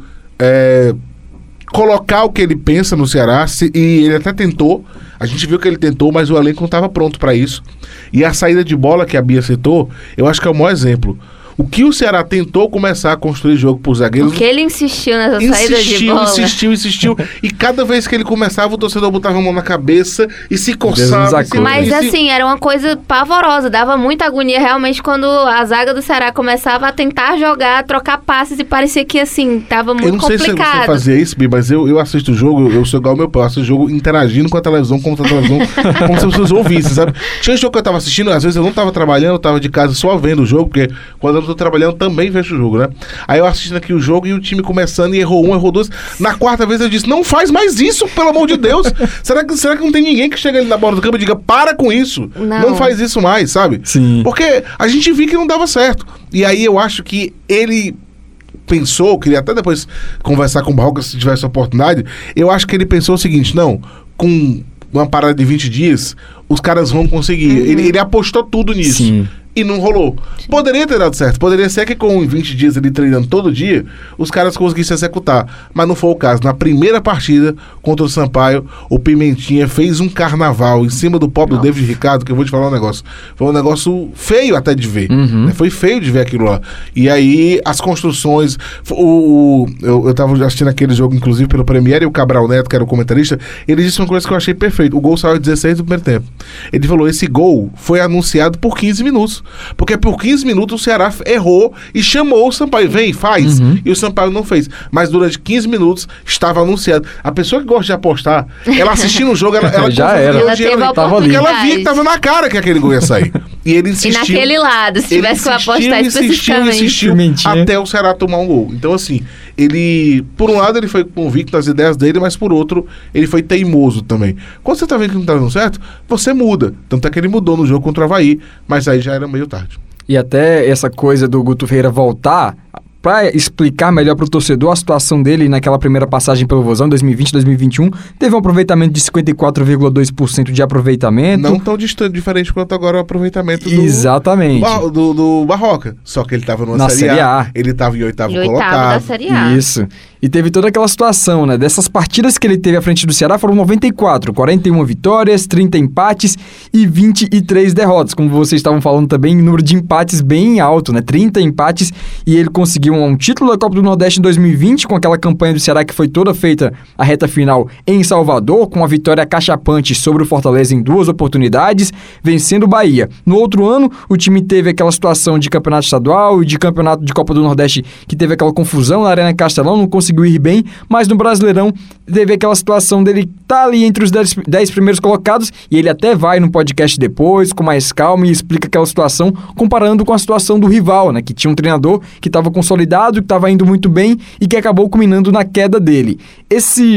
colocar o que ele pensa no Ceará, e ele até tentou. A gente viu que ele tentou, mas o elenco não estava pronto para isso. E a saída de bola que a Bia citou, eu acho que é o maior exemplo. O que o Ceará tentou começar a construir jogo por zagueiros... Porque ele insistiu nessa saída de bola. Insistiu. E cada vez que ele começava, o torcedor botava a mão na cabeça e se coçava. Mas assim, era uma coisa pavorosa. Dava muita agonia realmente quando a zaga do Ceará começava a tentar jogar, trocar passes, e parecia que assim, tava muito complicado. Eu não sei se você fazia isso, Bi, mas eu assisto o jogo, eu sou igual ao meu pai, eu assisto o jogo interagindo com a televisão, como se a televisão, como se as pessoas ouvissem, sabe? Tinha jogo que eu tava assistindo, às vezes eu não tava trabalhando, eu tava de casa só vendo o jogo, porque quando eu tô trabalhando também vejo o jogo, né? Aí eu assistindo aqui o jogo e o time começando e errou errou dois. Na quarta vez eu disse, não faz mais isso, pelo amor de Deus. Será que não tem ninguém que chega ali na bola do campo e diga, para com isso. Não faz isso mais, sabe? Sim. Porque a gente viu que não dava certo. E aí eu acho que ele pensou, queria até depois conversar com o Barroca se tivesse oportunidade, eu acho que ele pensou o seguinte, não, com uma parada de 20 dias, os caras vão conseguir. Ele apostou tudo nisso. Sim. E não rolou. Sim. Poderia ter dado certo. Poderia ser que com 20 dias ele treinando todo dia, os caras conseguissem executar. Mas não foi o caso. Na primeira partida contra o Sampaio, o Pimentinha fez um carnaval em cima do pobre do David Ricardo, que eu vou te falar um negócio. Foi um negócio feio até de ver. Foi feio de ver aquilo lá. E aí, as construções... Eu tava assistindo aquele jogo, inclusive, pelo Premiere, e o Cabral Neto, que era o comentarista, ele disse uma coisa que eu achei perfeita. O gol saiu 16 do primeiro tempo. Ele falou, esse gol foi anunciado por 15 minutos. Porque por 15 minutos o Ceará errou e chamou o Sampaio. Vem, faz. E o Sampaio não fez. Mas durante 15 minutos estava anunciado. A pessoa que gosta de apostar, ela assistindo o jogo, ela já era. Ela teve a oportunidade. Porque ela via que estava na cara que aquele gol ia sair. E ele insistiu. E naquele lado, se tivesse que apostar especificamente. Insistiu até o Ceará tomar um gol. Então, assim, ele... Por um lado, ele foi convicto nas ideias dele, mas por outro, ele foi teimoso também. Quando você tá vendo que não tá dando certo, você muda. Tanto é que ele mudou no jogo contra o Avaí, mas aí já era meio tarde. E até essa coisa do Guto Ferreira voltar, para explicar melhor para o torcedor a situação dele naquela primeira passagem pelo Vozão, 2020-2021, teve um aproveitamento de 54,2% de aproveitamento. Não tão diferente quanto agora o aproveitamento Exatamente. do Barroca. Só que ele estava na Série A. Ele estava em oitavo colocado. Da Série A. Isso. E teve toda aquela situação, né? Dessas partidas que ele teve à frente do Ceará foram 94, 41 vitórias, 30 empates e 23 derrotas. Como vocês estavam falando também, número de empates bem alto, né? 30 empates, e ele conseguiu um título da Copa do Nordeste em 2020, com aquela campanha do Ceará que foi toda feita a reta final em Salvador, com a vitória cachapante sobre o Fortaleza em 2 oportunidades, vencendo o Bahia. No outro ano, o time teve aquela situação de campeonato estadual e de campeonato de Copa do Nordeste, que teve aquela confusão na Arena Castelão, não conseguiu ir bem, mas no Brasileirão teve aquela situação dele estar ali entre os 10 primeiros colocados, e ele até vai no podcast depois, com mais calma, e explica aquela situação, comparando com a situação do rival, né, que tinha um treinador que estava consolidado, que estava indo muito bem e que acabou culminando na queda dele.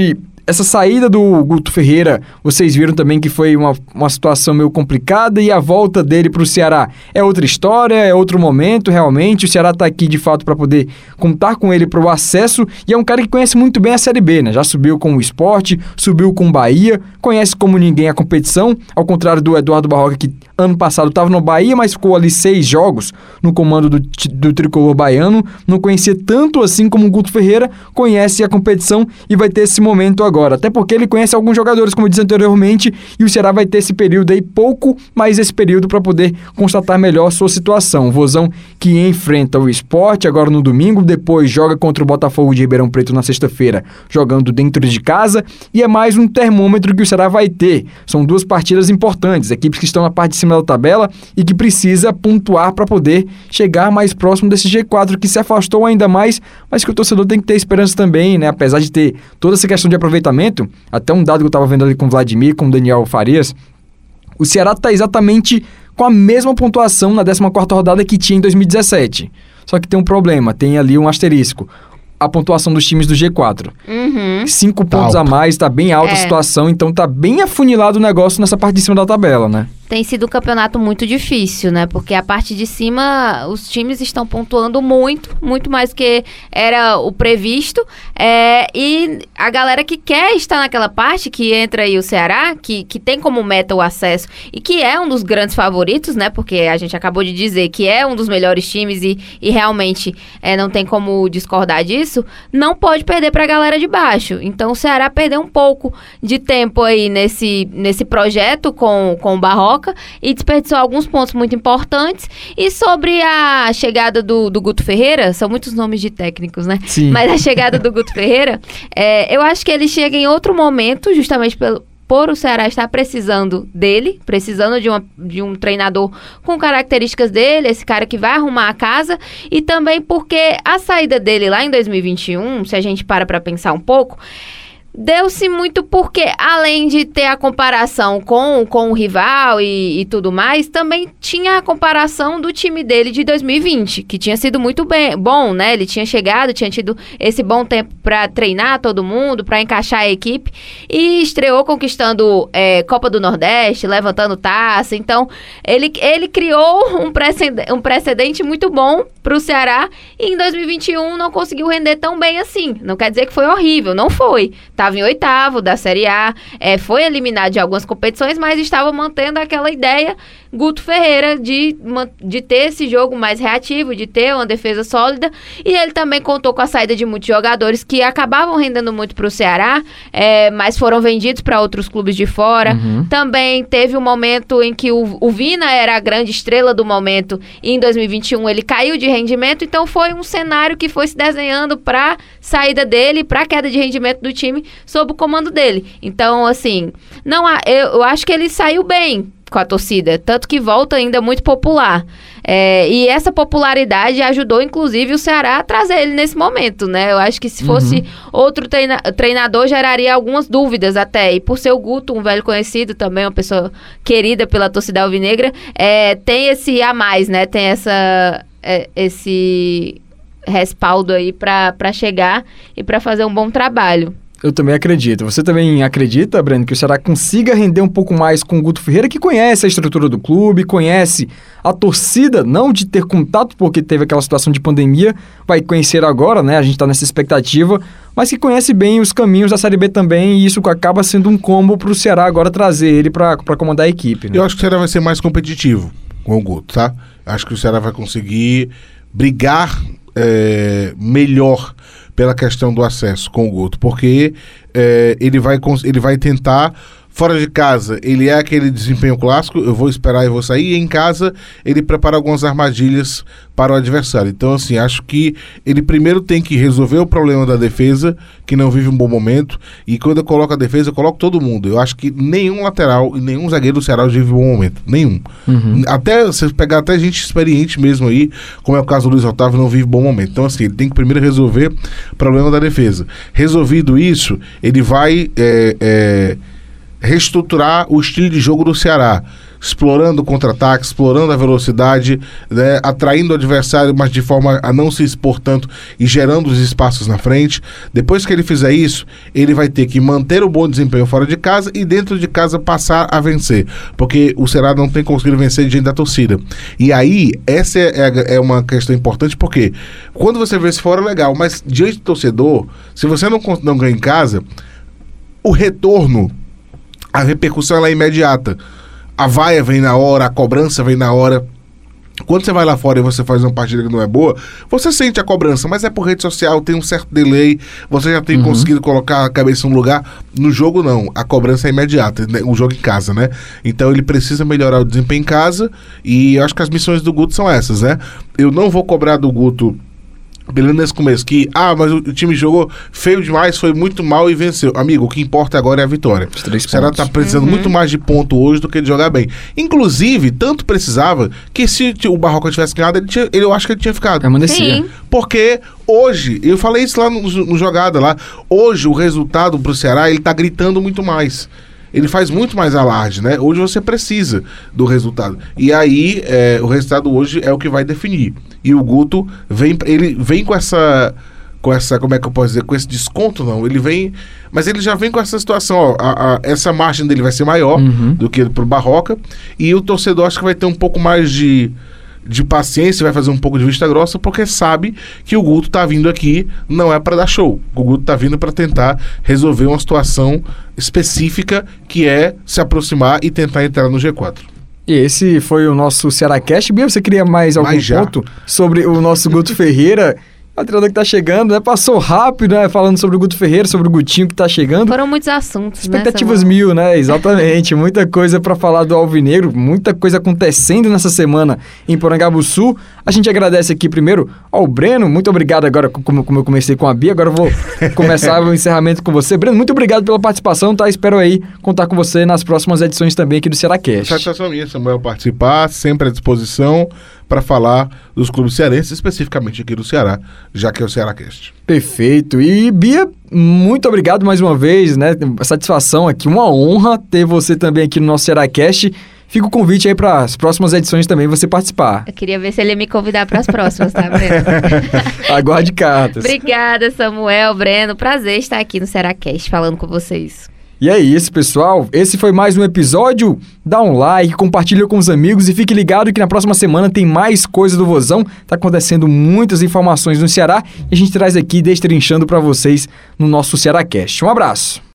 essa saída do Guto Ferreira, vocês viram também que foi uma situação meio complicada, e a volta dele para o Ceará é outra história, é outro momento realmente. O Ceará está aqui de fato para poder contar com ele para o acesso, e é um cara que conhece muito bem a Série B, né? Já subiu com o Sport, subiu com o Bahia, conhece como ninguém a competição, ao contrário do Eduardo Barroca, que ano passado estava no Bahia, mas ficou ali 6 jogos no comando do tricolor baiano, não conhecia tanto assim como o Guto Ferreira conhece a competição, e vai ter esse momento agora. Até porque ele conhece alguns jogadores, como eu disse anteriormente, e o Ceará vai ter esse período aí, pouco mais esse período, para poder constatar melhor sua situação. O Vozão que enfrenta o Sport agora no domingo, depois joga contra o Botafogo de Ribeirão Preto na sexta-feira, jogando dentro de casa, e é mais um termômetro que o Ceará vai ter. São 2 partidas importantes, equipes que estão na parte de cima da tabela e que precisa pontuar para poder chegar mais próximo desse G4, que se afastou ainda mais, mas que o torcedor tem que ter esperança também, né? Apesar de ter toda essa questão de aproveitamento, até um dado que eu estava vendo ali com o Vladimir, com o Daniel Farias, o Ceará está exatamente com a mesma pontuação na 14ª rodada que tinha em 2017. Só que tem um problema, tem ali um asterisco. A pontuação dos times do G4. 5 pontos a mais, tá bem alta a situação, então tá bem afunilado o negócio nessa parte de cima da tabela, né? Tem sido um campeonato muito difícil, né? Porque a parte de cima, os times estão pontuando muito mais que era o previsto. E a galera que quer estar naquela parte, que entra aí o Ceará, que tem como meta o acesso, e que é um dos grandes favoritos, né? Porque a gente acabou de dizer que é um dos melhores times e realmente não tem como discordar disso, não pode perder pra galera de baixo. Então o Ceará perdeu um pouco de tempo aí nesse projeto com o Barroca, e desperdiçou alguns pontos muito importantes. E sobre a chegada do Guto Ferreira, são muitos nomes de técnicos, né? Sim. Mas a chegada do Guto Ferreira, eu acho que ele chega em outro momento, justamente por o Ceará estar precisando dele, precisando de um treinador com características dele, esse cara que vai arrumar a casa, e também porque a saída dele lá em 2021, se a gente para pensar um pouco, deu-se muito porque, além de ter a comparação com o rival e tudo mais, também tinha a comparação do time dele de 2020, que tinha sido muito bom, né? Ele tinha chegado, tinha tido esse bom tempo para treinar todo mundo, para encaixar a equipe, e estreou conquistando Copa do Nordeste, levantando taça. Então, ele criou um precedente muito bom para o Ceará, e em 2021 não conseguiu render tão bem assim. Não quer dizer que foi horrível, não foi. Estava em 8º da Série A, foi eliminado de algumas competições, mas estava mantendo aquela ideia Guto Ferreira de ter esse jogo mais reativo, de ter uma defesa sólida, e ele também contou com a saída de muitos jogadores que acabavam rendendo muito para o Ceará, mas foram vendidos para outros clubes de fora. Também teve um momento em que o Vina era a grande estrela do momento, e em 2021 ele caiu de rendimento, então foi um cenário que foi se desenhando para saída dele, para queda de rendimento do time sob o comando dele. Então, assim, eu acho que ele saiu bem com a torcida, tanto que volta ainda muito popular. E essa popularidade ajudou, inclusive, o Ceará a trazer ele nesse momento, né? Eu acho que se fosse outro treinador, geraria algumas dúvidas até. E por ser o Guto, um velho conhecido também, uma pessoa querida pela torcida alvinegra, tem esse a mais, né? Tem esse respaldo aí para chegar e para fazer um bom trabalho. Eu também acredito. Você também acredita, Breno, que o Ceará consiga render um pouco mais com o Guto Ferreira, que conhece a estrutura do clube, conhece a torcida, não de ter contato, porque teve aquela situação de pandemia, vai conhecer agora, né? A gente está nessa expectativa, mas que conhece bem os caminhos da Série B também, e isso acaba sendo um combo para o Ceará agora trazer ele para comandar a equipe, né? Eu acho que o Ceará vai ser mais competitivo com o Guto, tá? Acho que o Ceará vai conseguir brigar melhor pela questão do acesso com o Guto, porque ele vai tentar, fora de casa, ele é aquele desempenho clássico, eu vou esperar e vou sair, e em casa ele prepara algumas armadilhas para o adversário. Então, assim, acho que ele primeiro tem que resolver o problema da defesa, que não vive um bom momento, e quando eu coloco a defesa, eu coloco todo mundo. Eu acho que nenhum lateral e nenhum zagueiro do Ceará vive um bom momento. Nenhum. Até, você pegar até gente experiente mesmo aí, como é o caso do Luiz Otávio, não vive um bom momento. Então, assim, ele tem que primeiro resolver o problema da defesa. Resolvido isso, ele vai reestruturar o estilo de jogo do Ceará. explorando o contra-ataque, explorando a velocidade, né, atraindo o adversário, mas de forma a não se expor tanto e gerando os espaços na frente. Depois que ele fizer isso, ele vai ter que manter o bom desempenho fora de casa e dentro de casa passar a vencer, porque o Ceará não tem conseguido vencer diante da torcida. E aí, essa é uma questão importante, porque quando você vence fora, legal, mas diante do torcedor, se você não ganha em casa, o retorno, a repercussão ela é imediata. A vaia vem na hora, a cobrança vem na hora. Quando você vai lá fora e você faz uma partida que não é boa, você sente a cobrança, mas é por rede social, tem um certo delay, você já tem conseguido colocar a cabeça no lugar. No jogo não, a cobrança é imediata, né? O jogo em casa, né? Então ele precisa melhorar o desempenho em casa, e eu acho que as missões do Guto são essas, né? Eu não vou cobrar do Guto beleza, nesse começo, mas o time jogou feio demais, foi muito mal e venceu. Amigo, o que importa agora é a vitória. O Ceará tá precisando muito mais de ponto hoje do que de jogar bem. Inclusive, tanto precisava que se o Barroca tivesse ganhado, eu acho que ele tinha ficado. Permanecia. Porque hoje, eu falei isso lá no Jogada lá, hoje o resultado pro Ceará, ele tá gritando muito mais. Ele faz muito mais alarde, né? Hoje você precisa do resultado. E aí, o resultado hoje é o que vai definir. E o Guto ele vem com essa, como é que eu posso dizer, com esse desconto, não. Ele vem, mas ele já vem com essa situação, ó, essa margem dele vai ser maior do que pro Barroca, e o torcedor acho que vai ter um pouco mais de paciência, vai fazer um pouco de vista grossa, porque sabe que o Guto tá vindo aqui, não é para dar show. O Guto tá vindo para tentar resolver uma situação específica, que é se aproximar e tentar entrar no G4. E esse foi o nosso CearáCast. Bia, você queria mais algum ponto sobre o nosso Guto Ferreira? A treinador que tá chegando, né? Passou rápido, né? Falando sobre o Guto Ferreira, sobre o Gutinho que tá chegando. Foram muitos assuntos, expectativas mil, né? Exatamente. Muita coisa pra falar do Alvinegro, muita coisa acontecendo nessa semana em Porangabuçu. A gente agradece aqui primeiro ao Breno. Muito obrigado agora, como eu comecei com a Bia. Agora eu vou começar o encerramento com você. Breno, muito obrigado pela participação, tá? Espero aí contar com você nas próximas edições também aqui do CearáCast. Satisfação minha, Samuel, participar, sempre à disposição para falar dos clubes cearenses, especificamente aqui do Ceará, já que é o CearáCast. Perfeito. E, Bia, muito obrigado mais uma vez, né? Satisfação aqui, uma honra ter você também aqui no nosso CearáCast. Fica o convite aí para as próximas edições também você participar. Eu queria ver se ele ia me convidar para as próximas, tá, Breno? Aguarde cartas. Obrigada, Samuel, Breno. Prazer estar aqui no CearáCast falando com vocês. E é isso, pessoal. Esse foi mais um episódio. Dá um like, compartilha com os amigos e fique ligado que na próxima semana tem mais coisa do Vozão. Tá acontecendo muitas informações no Ceará e a gente traz aqui destrinchando para vocês no nosso CearáCast. Um abraço.